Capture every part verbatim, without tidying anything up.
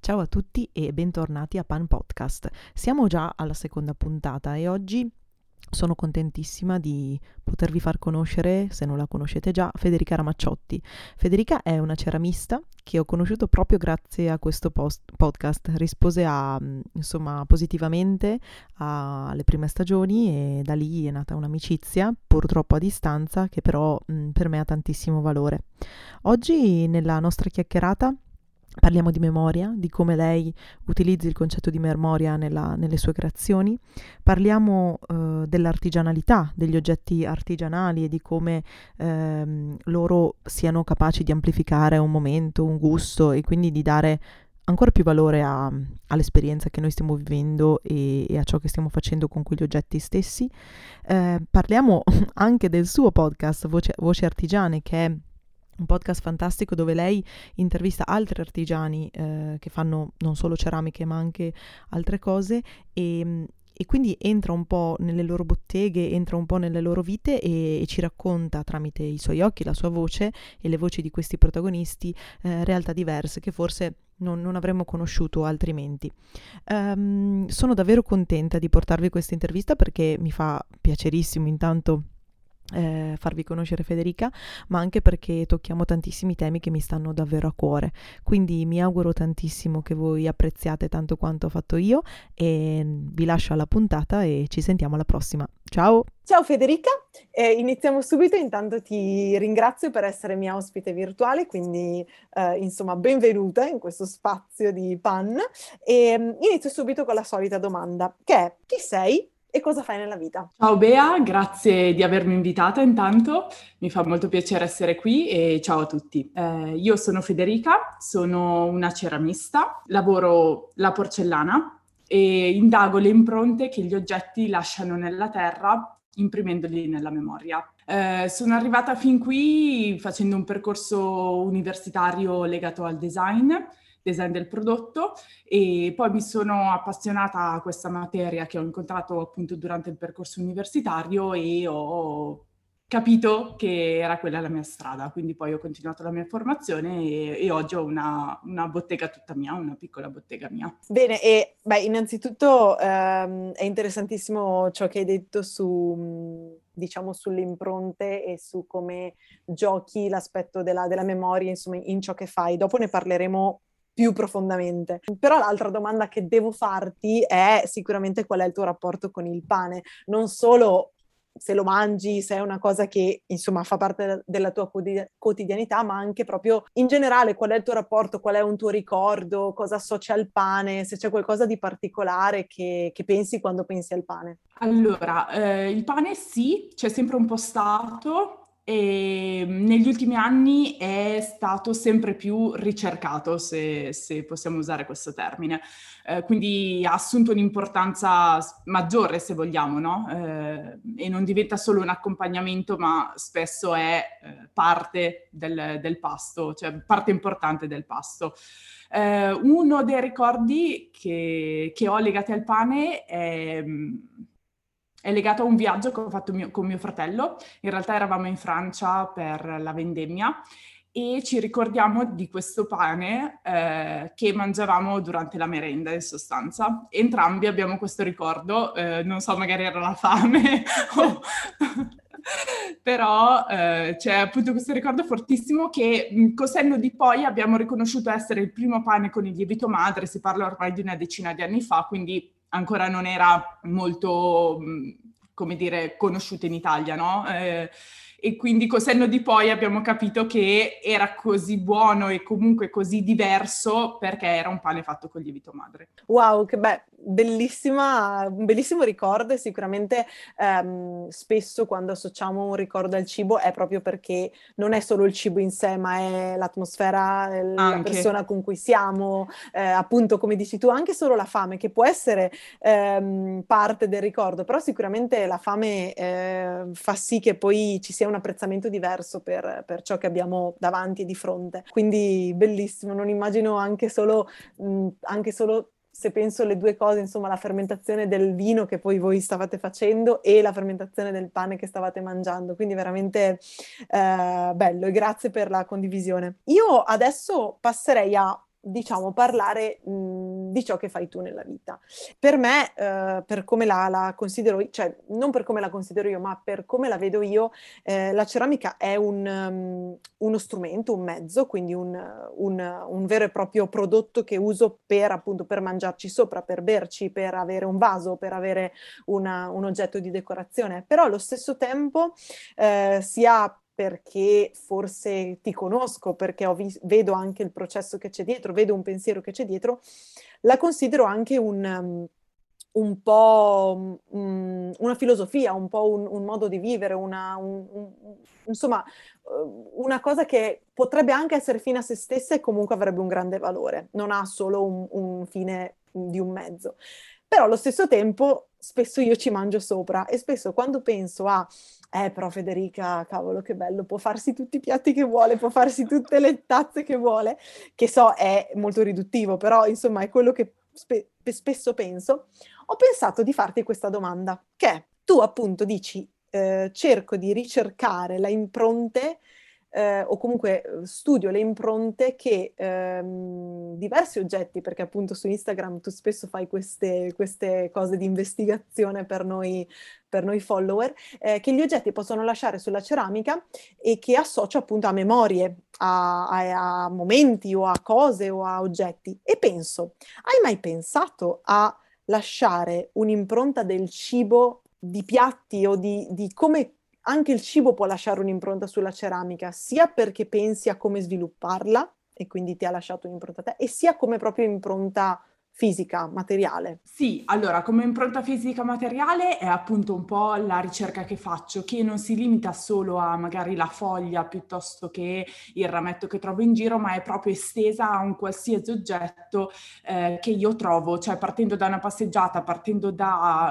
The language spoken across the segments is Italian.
Ciao a tutti e bentornati a Pan Podcast. Siamo già alla seconda puntata e oggi sono contentissima di potervi far conoscere, se non la conoscete già, Federica Ramacciotti. Federica è una ceramista che ho conosciuto proprio grazie a questo post- podcast. Rispose a, insomma, positivamente alle prime stagioni e da lì è nata un'amicizia, purtroppo a distanza, che però mh, per me ha tantissimo valore. Oggi nella nostra chiacchierata parliamo di memoria, di come lei utilizzi il concetto di memoria nella, nelle sue creazioni. Parliamo eh, dell'artigianalità, degli oggetti artigianali e di come ehm, loro siano capaci di amplificare un momento, un gusto e quindi di dare ancora più valore a, all'esperienza che noi stiamo vivendo e, e a ciò che stiamo facendo con quegli oggetti stessi. Eh, parliamo anche del suo podcast Voce, Voci Artigiane, che è un podcast fantastico dove lei intervista altri artigiani eh, che fanno non solo ceramiche ma anche altre cose e, e quindi entra un po' nelle loro botteghe, entra un po' nelle loro vite e, e ci racconta tramite i suoi occhi, la sua voce e le voci di questi protagonisti eh, realtà diverse che forse non, non avremmo conosciuto altrimenti. Um, sono davvero contenta di portarvi questa intervista perché mi fa piacerissimo intanto Eh, farvi conoscere Federica, ma anche perché tocchiamo tantissimi temi che mi stanno davvero a cuore, quindi mi auguro tantissimo che voi apprezziate tanto quanto ho fatto io e vi lascio alla puntata e ci sentiamo alla prossima. Ciao! Ciao Federica, eh, iniziamo subito, intanto ti ringrazio per essere mia ospite virtuale, quindi eh, insomma benvenuta in questo spazio di Pan e mm, inizio subito con la solita domanda, che è: chi sei e cosa fai nella vita? Ciao Bea, grazie di avermi invitata intanto, mi fa molto piacere essere qui e ciao a tutti. Eh, io sono Federica, sono una ceramista, lavoro la porcellana e indago le impronte che gli oggetti lasciano nella terra imprimendoli nella memoria. Eh, sono arrivata fin qui facendo un percorso universitario legato al design, design del prodotto, e poi mi sono appassionata a questa materia che ho incontrato appunto durante il percorso universitario e ho capito che era quella la mia strada, quindi poi ho continuato la mia formazione e, e oggi ho una, una bottega tutta mia, una piccola bottega mia. Bene, e beh, innanzitutto ehm, è interessantissimo ciò che hai detto su, diciamo, sulle impronte e su come giochi l'aspetto della, della memoria, insomma, in ciò che fai. Dopo ne parleremo più profondamente. Però l'altra domanda che devo farti è sicuramente qual è il tuo rapporto con il pane, non solo se lo mangi, se è una cosa che insomma fa parte della tua quotidianità, ma anche proprio in generale qual è il tuo rapporto, qual è un tuo ricordo, cosa associa al pane, se c'è qualcosa di particolare che, che pensi quando pensi al pane. Allora, eh, il pane sì, c'è sempre un po' stato e negli ultimi anni è stato sempre più ricercato, se, se possiamo usare questo termine. Eh, quindi ha assunto un'importanza maggiore, se vogliamo, no? Eh, e non diventa solo un accompagnamento, ma spesso è eh, parte del, del pasto, cioè parte importante del pasto. Eh, uno dei ricordi che, che ho legati al pane è... È legato a un viaggio che ho fatto mio, con mio fratello. In realtà eravamo in Francia per la vendemmia e ci ricordiamo di questo pane eh, che mangiavamo durante la merenda, in sostanza. Entrambi abbiamo questo ricordo, eh, non so, magari era la fame o... Però eh, c'è appunto questo ricordo fortissimo che mh, col senno di poi abbiamo riconosciuto essere il primo pane con il lievito madre, si parla ormai di una decina di anni fa, quindi ancora non era molto, come dire, conosciuto in Italia, no? Eh, e quindi col senno di poi abbiamo capito che era così buono e comunque così diverso perché era un pane fatto con lievito madre. Wow, che beh, bellissima, un bellissimo ricordo e sicuramente ehm, spesso quando associamo un ricordo al cibo è proprio perché non è solo il cibo in sé, ma è l'atmosfera, eh, la Anche. persona con cui siamo, eh, appunto come dici tu, anche solo la fame che può essere ehm, parte del ricordo, però sicuramente la fame eh, fa sì che poi ci sia un apprezzamento diverso per, per ciò che abbiamo davanti e di fronte. Quindi bellissimo, non immagino anche solo, mh, anche solo se penso le due cose, insomma la fermentazione del vino che poi voi stavate facendo e la fermentazione del pane che stavate mangiando, quindi veramente eh, bello e grazie per la condivisione. Io adesso passerei a diciamo, parlare mh, di ciò che fai tu nella vita. Per me, eh, per come la, la considero, cioè non per come la considero io, ma per come la vedo io, eh, la ceramica è un, um, uno strumento, un mezzo, quindi un, un, un vero e proprio prodotto che uso per, appunto, per mangiarci sopra, per berci, per avere un vaso, per avere una, un oggetto di decorazione. Però allo stesso tempo, eh, sia perché forse ti conosco, perché ho vis- vedo anche il processo che c'è dietro, vedo un pensiero che c'è dietro, la considero anche un, um, un po' um, una filosofia, un po' un, un modo di vivere, una, un, un, insomma, uh, una cosa che potrebbe anche essere fine a se stessa e comunque avrebbe un grande valore, non ha solo un, un fine di un mezzo. Però allo stesso tempo spesso io ci mangio sopra e spesso quando penso a eh, però Federica, cavolo, che bello, può farsi tutti i piatti che vuole, può farsi tutte le tazze che vuole, che so è molto riduttivo, però insomma è quello che spe- spesso penso. Ho pensato di farti questa domanda, che è, tu appunto dici, eh, cerco di ricercare le impronte, eh, o comunque eh, studio le impronte che ehm, diversi oggetti, perché appunto su Instagram tu spesso fai queste, queste cose di investigazione per noi, per noi follower, eh, che gli oggetti possono lasciare sulla ceramica e che associo appunto a memorie, a, a, a momenti o a cose o a oggetti. E penso, hai mai pensato a lasciare un'impronta del cibo, di piatti o di, di come anche il cibo può lasciare un'impronta sulla ceramica, sia perché pensi a come svilupparla e quindi ti ha lasciato un'impronta a te, e sia come proprio impronta fisica, materiale? Sì, allora, come impronta fisica materiale è appunto un po' la ricerca che faccio, che non si limita solo a magari la foglia piuttosto che il rametto che trovo in giro, ma è proprio estesa a un qualsiasi oggetto eh, che io trovo, cioè partendo da una passeggiata, partendo da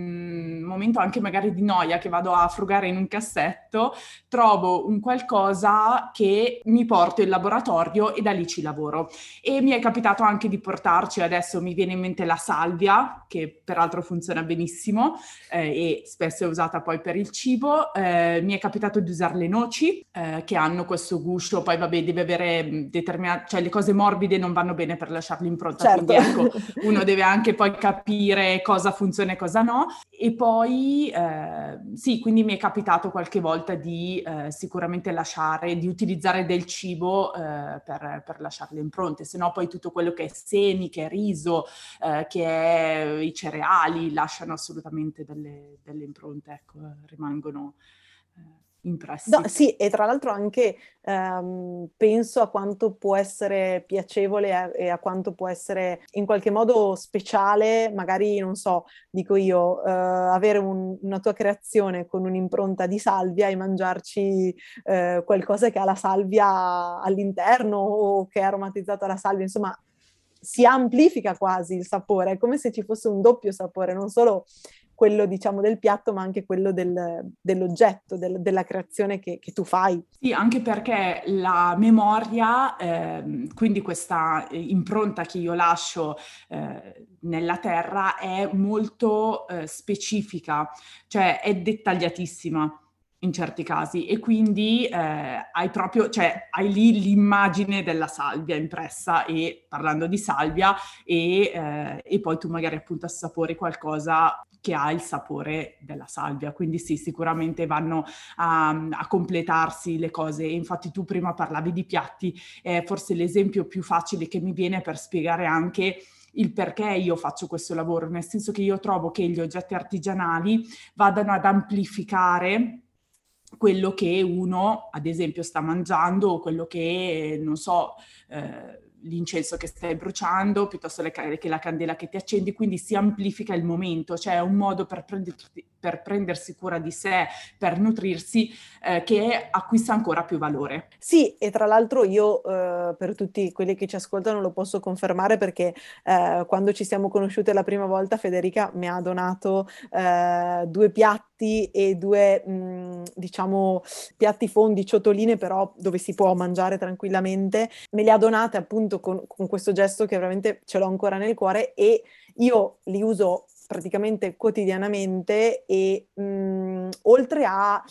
un momento anche magari di noia che vado a frugare in un cassetto, trovo un qualcosa che mi porto in laboratorio e da lì ci lavoro. E mi è capitato anche di portarci, adesso mi viene in mente la salvia, che peraltro funziona benissimo eh, e spesso è usata poi per il cibo. Eh, mi è capitato di usare le noci, eh, che hanno questo guscio, poi vabbè deve avere determinate, cioè le cose morbide non vanno bene per lasciarli impronta, Certo. quindi ecco, uno deve anche poi capire cosa funziona e cosa no. E poi eh, sì, quindi mi è capitato qualche volta di eh, sicuramente lasciare, di utilizzare del cibo eh, per, per lasciare le impronte, se no poi tutto quello che è semi, che è riso, eh, che è i cereali, lasciano assolutamente delle, delle impronte, ecco, rimangono eh, impressi. No, sì, e tra l'altro anche ehm, penso a quanto può essere piacevole a- e a quanto può essere in qualche modo speciale, magari, non so, dico io, eh, avere un- una tua creazione con un'impronta di salvia e mangiarci eh, qualcosa che ha la salvia all'interno o che è aromatizzato alla salvia, insomma, si amplifica quasi il sapore, è come se ci fosse un doppio sapore, non solo quello diciamo del piatto, ma anche quello del, dell'oggetto, del, della creazione che, che tu fai. Sì, anche perché la memoria, ehm, quindi questa eh, impronta che io lascio eh, nella terra è molto eh, specifica, cioè è dettagliatissima in certi casi e quindi eh, hai proprio, cioè hai lì l'immagine della salvia impressa e parlando di salvia e, eh, e poi tu magari appunto assapori qualcosa che ha il sapore della salvia, quindi sì, sicuramente vanno a, a completarsi le cose. Infatti tu prima parlavi di piatti, è forse l'esempio più facile che mi viene per spiegare anche il perché io faccio questo lavoro, nel senso che io trovo che gli oggetti artigianali vadano ad amplificare quello che uno, ad esempio, sta mangiando o quello che, non so, eh, l'incenso che stai bruciando, piuttosto che la candela che ti accendi, quindi si amplifica il momento, cioè è un modo per, prendersi, per prendersi cura di sé, per nutrirsi, eh, che acquista ancora più valore. Sì, e tra l'altro io eh, per tutti quelli che ci ascoltano lo posso confermare perché eh, quando ci siamo conosciute la prima volta Federica mi ha donato eh, due piatti e due, mh, diciamo, piatti fondi, ciotoline però dove si può mangiare tranquillamente. Me li ha donate appunto con, con questo gesto che veramente ce l'ho ancora nel cuore e io li uso praticamente quotidianamente e mh, oltre a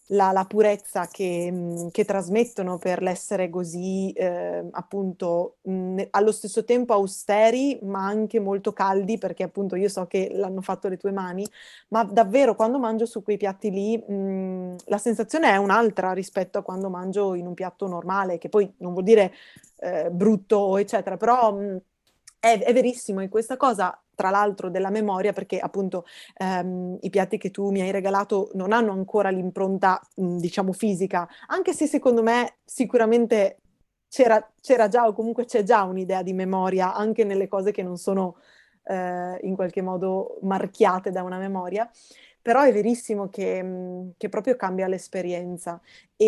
la, la purezza che, mh, che trasmettono per l'essere così, eh, appunto, mh, allo stesso tempo austeri, ma anche molto caldi, perché appunto io so che l'hanno fatto le tue mani, ma davvero quando mangio su quei piatti lì, mh, la sensazione è un'altra rispetto a quando mangio in un piatto normale, che poi non vuol dire eh, brutto, eccetera, però mh, è, è verissimo, e questa cosa, tra l'altro, della memoria, perché appunto ehm, i piatti che tu mi hai regalato non hanno ancora l'impronta, mh, diciamo, fisica, anche se secondo me sicuramente c'era, c'era già, o comunque c'è già un'idea di memoria anche nelle cose che non sono eh, in qualche modo marchiate da una memoria. Però è verissimo che, mh, che proprio cambia l'esperienza.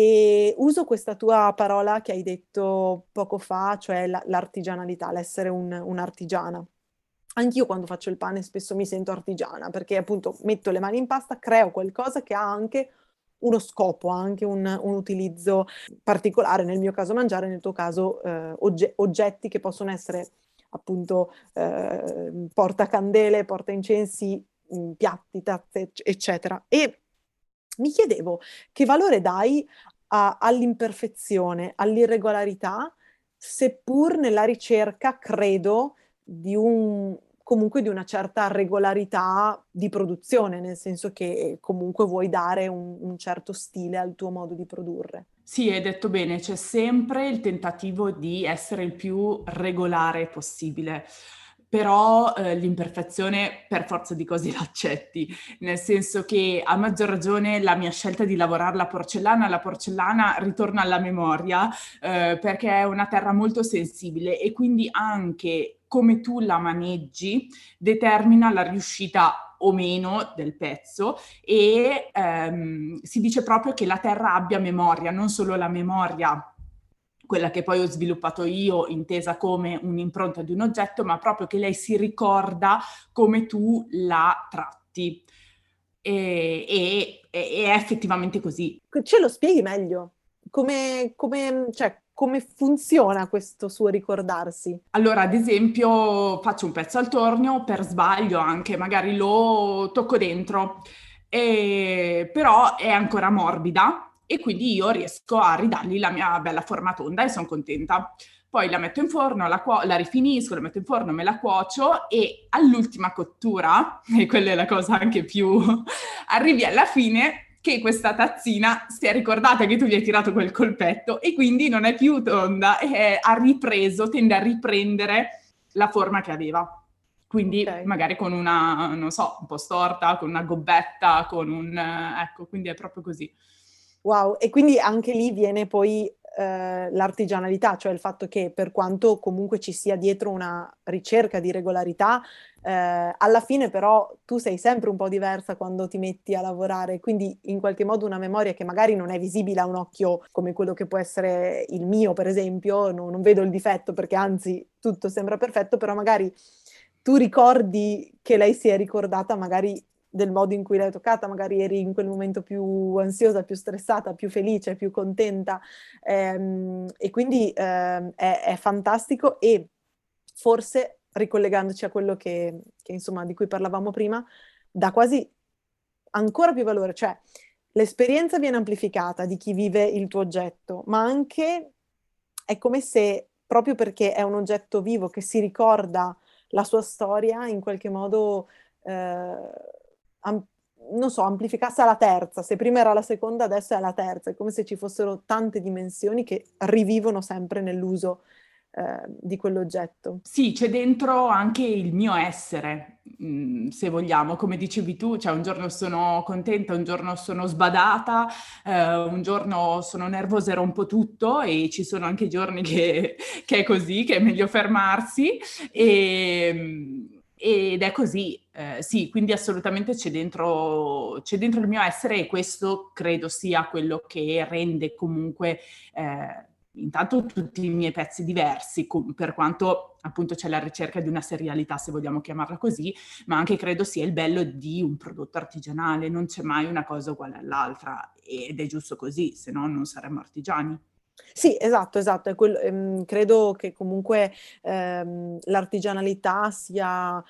E uso questa tua parola che hai detto poco fa, cioè la- l'artigianalità, l'essere un- un'artigiana. Anch'io quando faccio il pane spesso mi sento artigiana, perché appunto metto le mani in pasta, creo qualcosa che ha anche uno scopo, ha anche un, un utilizzo particolare, nel mio caso mangiare, nel tuo caso eh, ogge- oggetti che possono essere appunto eh, portacandele, portaincensi, mh, piatti, tazze, ecc- eccetera. E mi chiedevo che valore dai a- all'imperfezione, all'irregolarità, seppur nella ricerca, credo, di un, comunque di una certa regolarità di produzione, nel senso che comunque vuoi dare un, un certo stile al tuo modo di produrre. Sì, hai detto bene, c'è sempre il tentativo di essere il più regolare possibile, però eh, l'imperfezione per forza di cose l'accetti, nel senso che a maggior ragione la mia scelta di lavorare la porcellana, la porcellana ritorna alla memoria eh, perché è una terra molto sensibile e quindi anche come tu la maneggi determina la riuscita o meno del pezzo e ehm, si dice proprio che la terra abbia memoria, non solo la memoria, quella che poi ho sviluppato io, intesa come un'impronta di un oggetto, ma proprio che lei si ricorda come tu la tratti. E, e- e è effettivamente così. Ce lo spieghi meglio? Come, come, cioè, come funziona questo suo ricordarsi? Allora, ad esempio, faccio un pezzo al tornio per sbaglio anche, magari lo tocco dentro, e- però è ancora morbida e quindi io riesco a ridargli la mia bella forma tonda e sono contenta. Poi la metto in forno, la, cuo- la rifinisco, la metto in forno, me la cuocio e all'ultima cottura, e quella è la cosa anche più, arrivi alla fine che questa tazzina si è ricordata che tu gli hai tirato quel colpetto e quindi non è più tonda, e ha ripreso, tende a riprendere la forma che aveva. Quindi Ok. magari con una, non so, un po' storta, con una gobbetta, con un... eh, ecco, quindi è proprio così. Wow, e quindi anche lì viene poi eh, l'artigianalità, cioè il fatto che per quanto comunque ci sia dietro una ricerca di regolarità, eh, alla fine però tu sei sempre un po' diversa quando ti metti a lavorare, quindi in qualche modo una memoria che magari non è visibile a un occhio come quello che può essere il mio, per esempio, no- non vedo il difetto perché anzi tutto sembra perfetto, però magari tu ricordi che lei si è ricordata magari del modo in cui l'hai toccata, magari eri in quel momento più ansiosa, più stressata, più felice, più contenta, ehm, e quindi ehm, è, è fantastico e forse ricollegandoci a quello che, che, insomma di cui parlavamo prima, dà quasi ancora più valore, cioè l'esperienza viene amplificata di chi vive il tuo oggetto, ma anche è come se proprio perché è un oggetto vivo che si ricorda la sua storia, in qualche modo eh, am- non so, amplificasse alla terza. Se prima era la seconda, adesso è la terza. È come se ci fossero tante dimensioni che rivivono sempre nell'uso eh, di quell'oggetto. Sì, c'è dentro anche il mio essere, mm, se vogliamo, come dicevi tu, cioè un giorno sono contenta, un giorno sono sbadata, eh, un giorno sono nervosa e rompo tutto e ci sono anche giorni che, che è così, che è meglio fermarsi e, ed è così, eh, sì, quindi assolutamente c'è dentro, c'è dentro il mio essere e questo credo sia quello che rende comunque... eh, intanto tutti i miei pezzi diversi, com- per quanto appunto c'è la ricerca di una serialità, se vogliamo chiamarla così, ma anche credo sia il bello di un prodotto artigianale, non c'è mai una cosa uguale all'altra ed è giusto così, se no non saremmo artigiani. Sì, esatto, esatto. È quello, ehm, credo che comunque ehm, l'artigianalità sia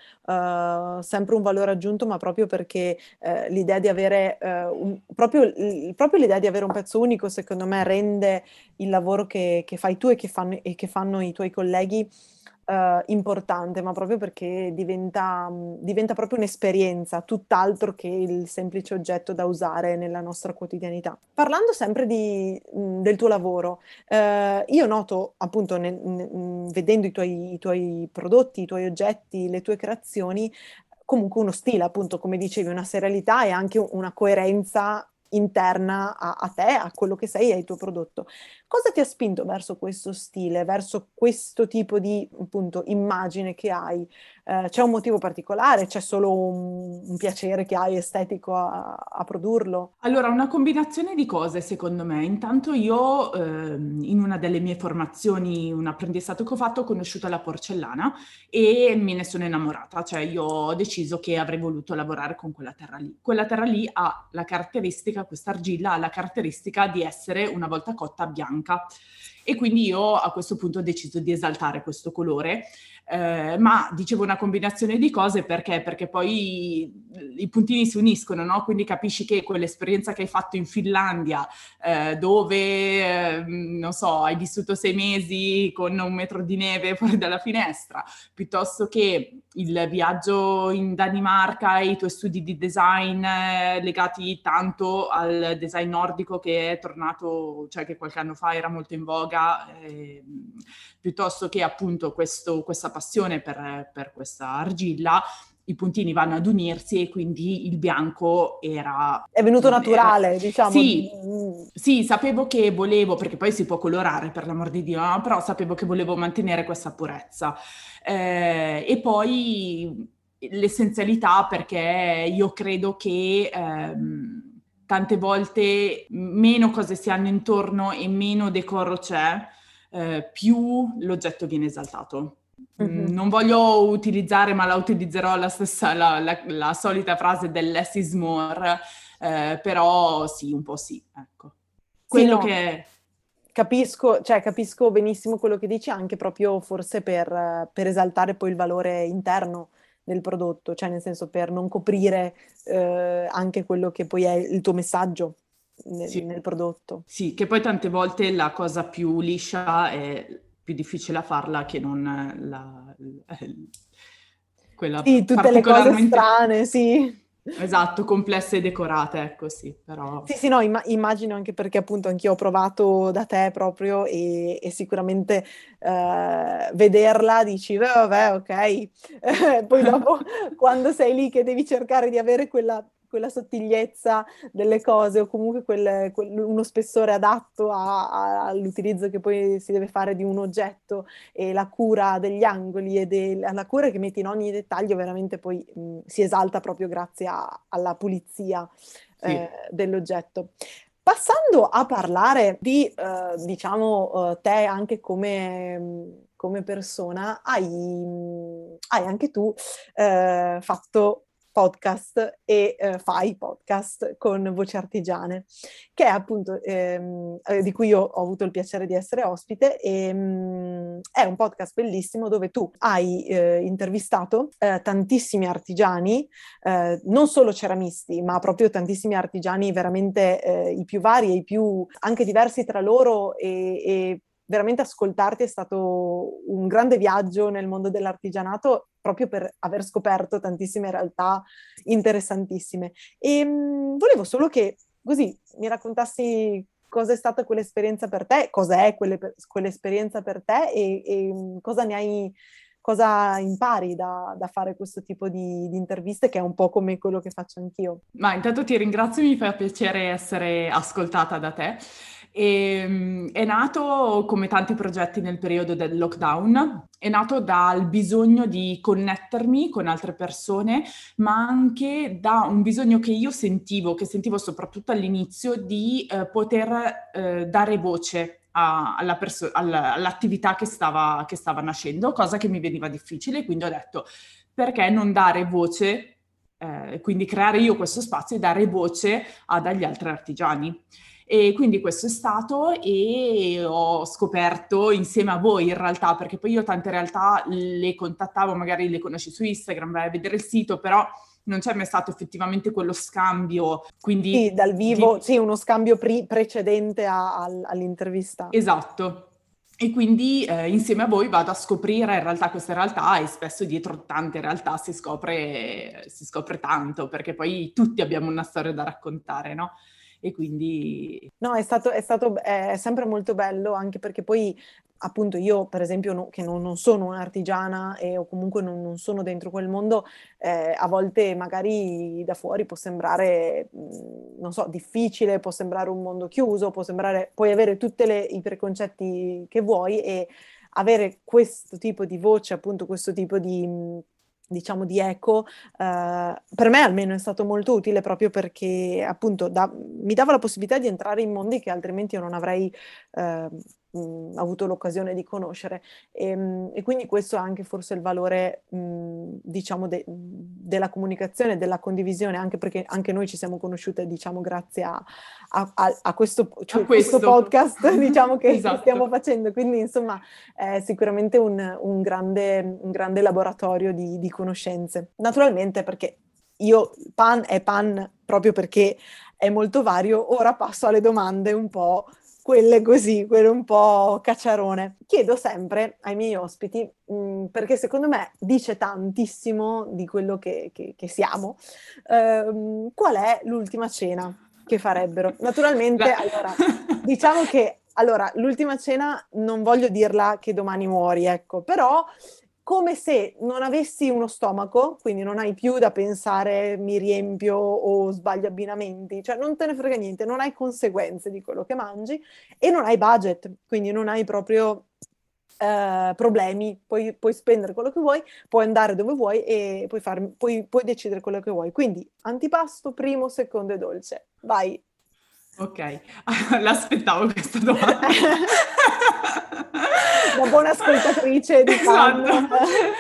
eh, sempre un valore aggiunto, ma proprio perché eh, l'idea di avere eh, un- proprio, il- proprio l'idea di avere un pezzo unico, secondo me, rende il lavoro che, che fai tu e che fanno, e che fanno i tuoi colleghi eh, importante, ma proprio perché diventa, mh, diventa proprio un'esperienza, tutt'altro che il semplice oggetto da usare nella nostra quotidianità. Parlando sempre di, mh, del tuo lavoro, eh, io noto appunto nel- nel- mh, vedendo i tuoi, i tuoi prodotti, i tuoi oggetti, le tue creazioni, comunque uno stile, appunto, come dicevi, una serialità e anche una coerenza interna a, a te, a quello che sei e al tuo prodotto. Cosa ti ha spinto verso questo stile, verso questo tipo di, appunto, immagine che hai? Eh, c'è un motivo particolare? C'è solo un, un piacere che hai estetico a, a produrlo? Allora, una combinazione di cose secondo me. Intanto io ehm, in una delle mie formazioni, un apprendistato che ho fatto, ho conosciuto la porcellana e me ne sono innamorata, cioè io ho deciso che avrei voluto lavorare con quella terra lì. Quella terra lì ha la caratteristica, questa argilla ha la caratteristica di essere una volta cotta bianca e quindi io a questo punto ho deciso di esaltare questo colore. Eh, ma dicevo una combinazione di cose perché? Perché poi i puntini si uniscono, no? Quindi capisci che quell'esperienza che hai fatto in Finlandia, eh, dove, eh, non so, hai vissuto sei mesi con un metro di neve fuori dalla finestra, piuttosto che il viaggio in Danimarca e i tuoi studi di design eh, legati tanto al design nordico che è tornato, cioè che qualche anno fa era molto in voga, eh, piuttosto che appunto questo, questa passione per, per questa argilla, i puntini vanno ad unirsi e quindi il bianco era... È venuto era naturale, diciamo. sì, sì, sapevo che volevo, perché poi si può colorare per l'amor di Dio, no? Però sapevo che volevo mantenere questa purezza. Eh, e poi l'essenzialità, perché io credo che ehm, tante volte meno cose si hanno intorno e meno decoro c'è, eh, più l'oggetto viene esaltato. Mm, Mhm. Non voglio utilizzare, ma la utilizzerò la stessa, la, la- la solita frase del less is more, eh, però sì, un po' sì, ecco. Sì, Quello no, che... capisco, cioè, capisco benissimo quello che dici, anche proprio forse per, eh, per esaltare poi il valore interno del prodotto, cioè nel senso per non coprire eh, anche quello che poi è il tuo messaggio nel, Sì, nel prodotto. sì, che poi tante volte la cosa più liscia è più difficile a farla che non la, la- quella Sì, tutte le cose particolarmente, strane, sì. esatto, complessa e decorata, ecco sì, però... Sì, sì, no, imma- immagino anche perché appunto anch'io ho provato da te proprio e, e sicuramente eh, vederla dici, "Beh, vabbè, ok." Poi dopo quando sei lì che devi cercare di avere quella, quella sottigliezza delle cose o comunque quel- quel- uno spessore adatto a- a- all'utilizzo che poi si deve fare di un oggetto e la cura degli angoli e del- la cura che metti in ogni dettaglio veramente poi mh, si esalta proprio grazie a- alla pulizia eh, Sì. dell'oggetto. Passando a parlare di, eh, diciamo, eh, te anche come, come persona, hai, hai anche tu eh, fatto podcast e eh, fai podcast con Voci Artigiane, che è appunto ehm, eh, di cui io ho avuto il piacere di essere ospite e mh, è un podcast bellissimo dove tu hai eh, intervistato eh, tantissimi artigiani, eh, non solo ceramisti, ma proprio tantissimi artigiani veramente eh, i più vari e i più anche diversi tra loro e, e veramente ascoltarti è stato un grande viaggio nel mondo dell'artigianato proprio per aver scoperto tantissime realtà interessantissime. E mh, volevo solo che così mi raccontassi cosa è stata quell'esperienza per te, cosa è quelle, quell'esperienza per te e, e cosa ne hai, cosa impari da, da fare questo tipo di, di interviste che è un po' come quello che faccio anch'io. Ma intanto ti ringrazio, mi fa piacere essere ascoltata da te. E, è nato, come tanti progetti nel periodo del lockdown, è nato dal bisogno di connettermi con altre persone, ma anche da un bisogno che io sentivo, che sentivo soprattutto all'inizio, di eh, poter eh, dare voce a- alla perso- alla- all'attività che stava, che stava nascendo, cosa che mi veniva difficile, quindi ho detto, perché non dare voce, eh, quindi creare io questo spazio e dare voce a dagli altri artigiani. E quindi questo è stato, e ho scoperto insieme a voi in realtà, perché poi io tante realtà le contattavo, magari le conosci su Instagram, vai a vedere il sito, però non c'è mai stato effettivamente quello scambio, quindi... Sì, dal vivo, di... sì, uno scambio pri- precedente a- al- all'intervista. Esatto. E quindi eh, insieme a voi vado a scoprire in realtà queste realtà, e spesso dietro tante realtà si scopre, si scopre tanto, perché poi tutti abbiamo una storia da raccontare, no? E quindi... No, è stato, è stato è sempre molto bello, anche perché poi appunto io per esempio no- che non, non sono un'artigiana e o comunque non, non sono dentro quel mondo, eh, a volte magari da fuori può sembrare, mh, non so, difficile, può sembrare un mondo chiuso, può sembrare, puoi avere tutti i preconcetti che vuoi, e avere questo tipo di voce, appunto questo tipo di... mh, diciamo di eco, eh, per me almeno è stato molto utile, proprio perché appunto da- mi dava la possibilità di entrare in mondi che altrimenti io non avrei eh, mh, avuto l'occasione di conoscere, e, mh, e quindi questo è anche forse il valore, mh, diciamo de- della comunicazione, della condivisione, anche perché anche noi ci siamo conosciute, diciamo, grazie a, a- a- a questo, cioè, A questo. questo podcast diciamo che, Esatto. che stiamo facendo, quindi insomma è sicuramente un, un grande, un grande laboratorio di, di conoscenze. Naturalmente, perché io pan è pan proprio perché è molto vario, ora passo alle domande un po' quelle così, quelle un po' cacciarone. Chiedo sempre ai miei ospiti, mh, perché secondo me dice tantissimo di quello che, che- che siamo, ehm, qual è l'ultima cena che farebbero? Naturalmente, La- allora, diciamo che allora, l'ultima cena non voglio dirla che domani muori, ecco, però come se non avessi uno stomaco, quindi non hai più da pensare mi riempio o sbaglio abbinamenti, cioè non te ne frega niente, non hai conseguenze di quello che mangi e non hai budget, quindi non hai proprio eh, problemi, puoi, puoi spendere quello che vuoi, puoi andare dove vuoi e puoi, far, puoi, puoi decidere quello che vuoi. Quindi antipasto, primo, secondo e dolce. Vai. Ok, l'aspettavo questa domanda. Da buona ascoltatrice di Pan. Esatto.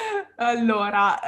Allora,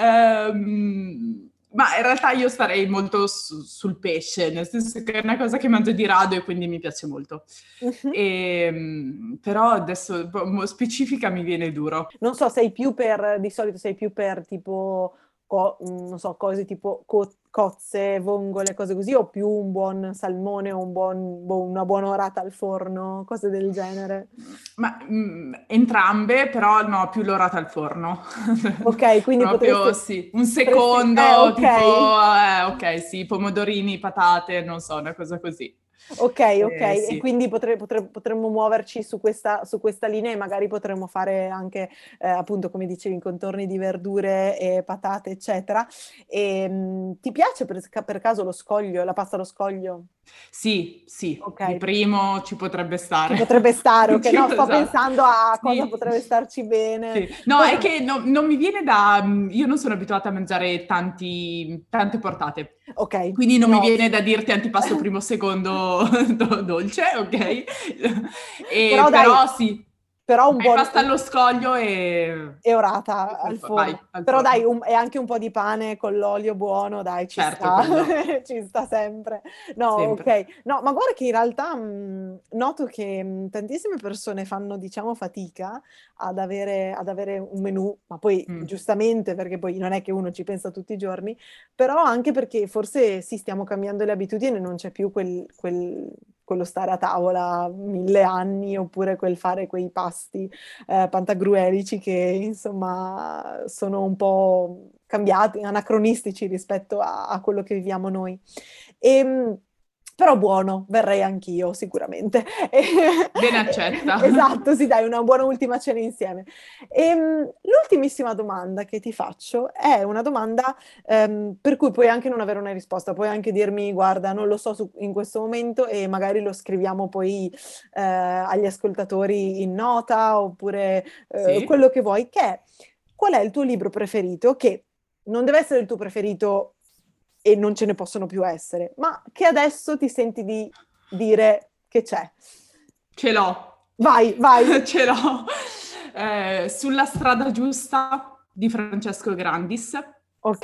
ehm, ma in realtà io starei molto su- sul pesce, nel senso che è una cosa che mangio di rado e quindi mi piace molto. Mhm. Ehm, però adesso boh, specifica mi viene duro. Non so, sei più per, di solito sei più per tipo, co- mm, non so, cose tipo co- cozze, vongole, cose così, o più un buon salmone o un buon, boh, una buona orata al forno, cose del genere. Ma mm, entrambe, però no, più l'orata al forno. Ok, quindi Proprio potresti... sì, un potresti- secondo, Eh, ok. tipo, eh, ok, sì, pomodorini, patate, non so, una cosa così. Ok, ok, Eh, e sì. quindi potre- potre- potremmo muoverci su questa, su questa linea, e magari potremmo fare anche, eh, appunto, come dicevi, contorni di verdure e patate, eccetera. E, mh, ti piace per, per caso lo scoglio, la pasta allo scoglio? Sì, sì, Ok, di primo ci potrebbe ci stare. potrebbe stare, ok? Ci- No, sto esatto. pensando a cosa Sì. potrebbe starci bene. Sì. No, Poi è vabbè, che no- non mi viene da... Io non sono abituata a mangiare tanti, tante portate. ok, Quindi non mi no. viene da dirti antipasto primo, secondo do- dolce, ok? E, Però dai, però sì, però un hai buon... pasta allo scoglio e... e orata al Vai, forno. al Però dai, forno. un- e anche un po' di pane con l'olio buono, dai, ci Certo, sta, quello, ci sta sempre. No, sempre. ok. No, ma guarda che in realtà mh, noto che mh, tantissime persone fanno, diciamo, fatica ad avere, ad avere un menù, ma poi Mm. giustamente, perché poi non è che uno ci pensa tutti i giorni, però anche perché forse sì, stiamo cambiando le abitudini, non c'è più quel, quel- quello stare a tavola mille anni, oppure quel fare quei pasti eh, pantagruelici che insomma sono un po' cambiati, anacronistici rispetto a, a quello che viviamo noi. E, però buono, verrei anch'io sicuramente. Ben accetta. Esatto, sì, dai, una buona ultima cena insieme. E, l'ultimissima domanda che ti faccio è una domanda ehm, per cui puoi anche non avere una risposta, puoi anche dirmi, guarda, non lo so su- in questo momento e magari lo scriviamo poi eh, agli ascoltatori in nota oppure eh, Sì? quello che vuoi, che è qual è il tuo libro preferito che non deve essere il tuo preferito e non ce ne possono più essere, ma che adesso ti senti di dire che c'è. Ce l'ho. Vai, vai. Ce l'ho. Eh, Sulla strada giusta di Francesco Grandis, Ok.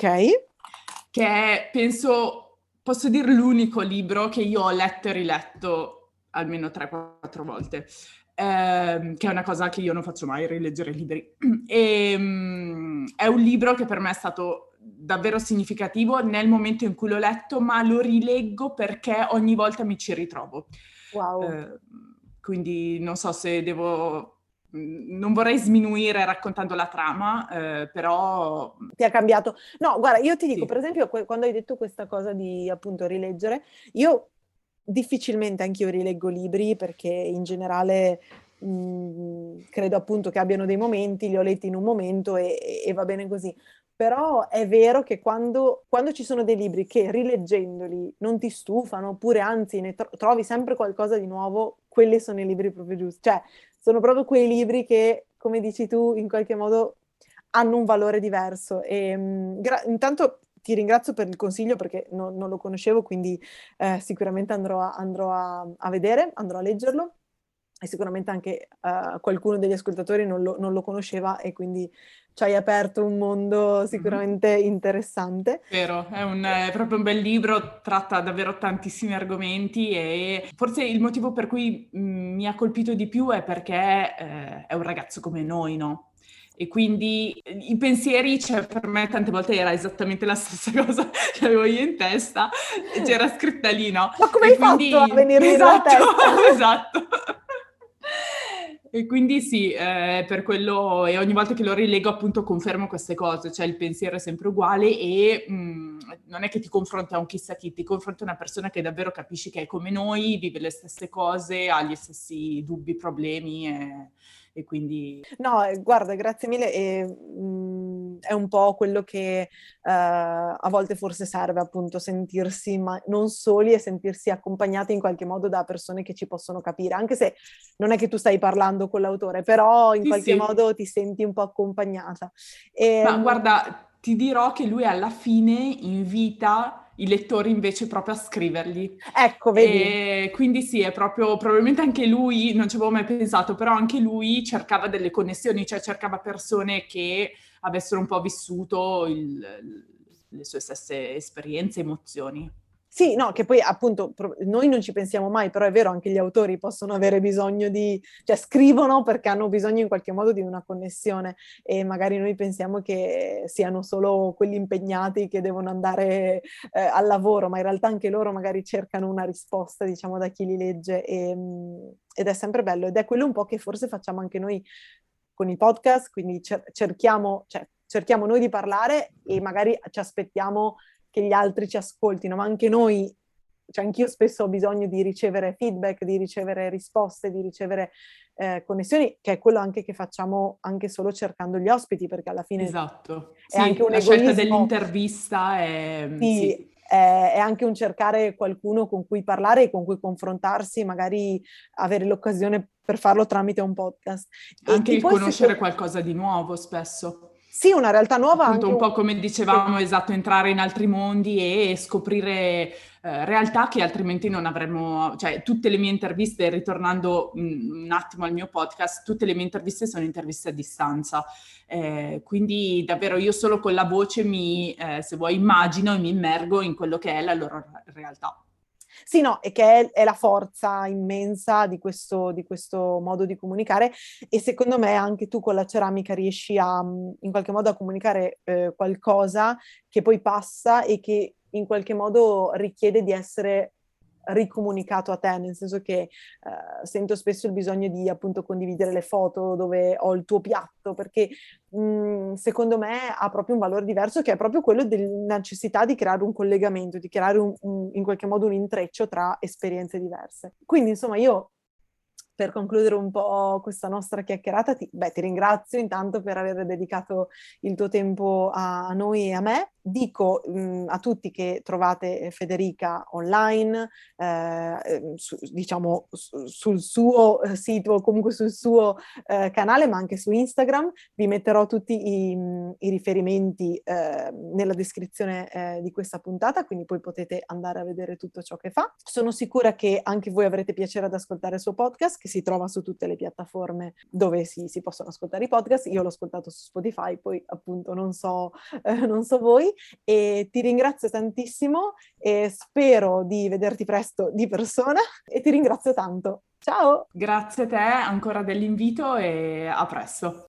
che è, penso, posso dire l'unico libro che io ho letto e riletto almeno tre quattro volte, eh, che è una cosa che io non faccio mai, rileggere libri. E, um, è un libro che per me è stato davvero significativo nel momento in cui l'ho letto, ma lo rileggo perché ogni volta mi ci ritrovo. Wow. Eh, quindi non so se devo... Non vorrei sminuire raccontando la trama, eh, però... Ti ha cambiato? No, guarda, io ti dico, Sì. per esempio, que- quando hai detto questa cosa di appunto rileggere, io difficilmente anch'io rileggo libri perché in generale mh, credo appunto che abbiano dei momenti, li ho letti in un momento e, e va bene così. Però è vero che quando, quando ci sono dei libri che rileggendoli non ti stufano, oppure anzi ne tro- trovi sempre qualcosa di nuovo, quelli sono i libri proprio giusti. Cioè, sono proprio quei libri che, come dici tu, in qualche modo hanno un valore diverso. E, mh, gra- intanto ti ringrazio per il consiglio perché no- non lo conoscevo, quindi eh, sicuramente andrò, a, andrò a, a vedere, andrò a leggerlo. E sicuramente anche uh, qualcuno degli ascoltatori non lo, non lo conosceva e quindi ci hai aperto un mondo sicuramente mm-hmm. interessante. Vero, è, un, è proprio un bel libro, tratta davvero tantissimi argomenti e forse il motivo per cui mh, mi ha colpito di più è perché eh, è un ragazzo come noi, no? E quindi i pensieri, cioè per me tante volte era esattamente la stessa cosa che avevo io in testa, c'era scritta lì, no? Ma come e hai quindi... fatto a venirmi esatto, nella testa? Esatto. E quindi sì, eh, per quello, e ogni volta che lo rilego appunto confermo queste cose, cioè il pensiero è sempre uguale e mh, non è che ti confronti a un chissà chi, ti confronti a una persona che davvero capisci che è come noi, vive le stesse cose, ha gli stessi dubbi, problemi e, e quindi... No, guarda, grazie mille, e, mh, è un po' quello che uh, a volte forse serve appunto sentirsi ma non soli e sentirsi accompagnati in qualche modo da persone che ci possono capire, anche se non è che tu stai parlando con l'autore, però in sì, qualche sì. modo ti senti un po' accompagnata. E, ma guarda, ti dirò che lui alla fine invita i lettori invece proprio a scrivergli. Ecco, vedi? E quindi sì, è proprio, probabilmente anche lui, non ci avevo mai pensato, però anche lui cercava delle connessioni, cioè cercava persone che avessero un po' vissuto il, le sue stesse esperienze, emozioni. Sì, no, che poi appunto noi non ci pensiamo mai, però è vero, anche gli autori possono avere bisogno di, cioè scrivono perché hanno bisogno in qualche modo di una connessione e magari noi pensiamo che siano solo quelli impegnati che devono andare eh, al lavoro, ma in realtà anche loro magari cercano una risposta, diciamo, da chi li legge e, ed è sempre bello ed è quello un po' che forse facciamo anche noi con i podcast, quindi cer- cerchiamo, cioè, cerchiamo noi di parlare e magari ci aspettiamo che gli altri ci ascoltino, ma anche noi, cioè anch'io spesso ho bisogno di ricevere feedback, di ricevere risposte, di ricevere eh, connessioni, che è quello anche che facciamo anche solo cercando gli ospiti, perché alla fine esatto. è sì, anche un la egoismo. scelta dell'intervista è... Sì, sì. È, è anche un cercare qualcuno con cui parlare e con cui confrontarsi, magari avere l'occasione per farlo tramite un podcast. Anche e, il e poi conoscere secondo... qualcosa di nuovo spesso. Sì, una realtà nuova. Appunto, anche un po' un... come dicevamo, sì. esatto, entrare in altri mondi e scoprire eh, realtà che altrimenti non avremmo, cioè tutte le mie interviste, ritornando un, un attimo al mio podcast, tutte le mie interviste sono interviste a distanza, eh, quindi davvero io solo con la voce mi, eh, se vuoi, immagino e mi immergo in quello che è la loro realtà. Sì, no, e che è, è la forza immensa di questo, di questo modo di comunicare e secondo me anche tu con la ceramica riesci a, in qualche modo a comunicare eh, qualcosa che poi passa e che in qualche modo richiede di essere ricomunicato a te, nel senso che eh, sento spesso il bisogno di appunto condividere le foto dove ho il tuo piatto, perché mh, secondo me ha proprio un valore diverso che è proprio quello della necessità di creare un collegamento, di creare un, un, in qualche modo un intreccio tra esperienze diverse. Quindi insomma io per concludere un po' questa nostra chiacchierata, ti, beh, ti ringrazio intanto per aver dedicato il tuo tempo a, a noi e a me. Dico mh, a tutti che trovate Federica online, eh, su, diciamo su, sul suo sito o comunque sul suo eh, canale, ma anche su Instagram. Vi metterò tutti i, i riferimenti eh, nella descrizione eh, di questa puntata, quindi poi potete andare a vedere tutto ciò che fa. Sono sicura che anche voi avrete piacere ad ascoltare il suo podcast, che si trova su tutte le piattaforme dove si, si possono ascoltare i podcast. Io l'ho ascoltato su Spotify, poi appunto non so, eh, non so voi. e ti ringrazio tantissimo e spero di vederti presto di persona e ti ringrazio tanto. Ciao! Grazie a te ancora dell'invito e a presto.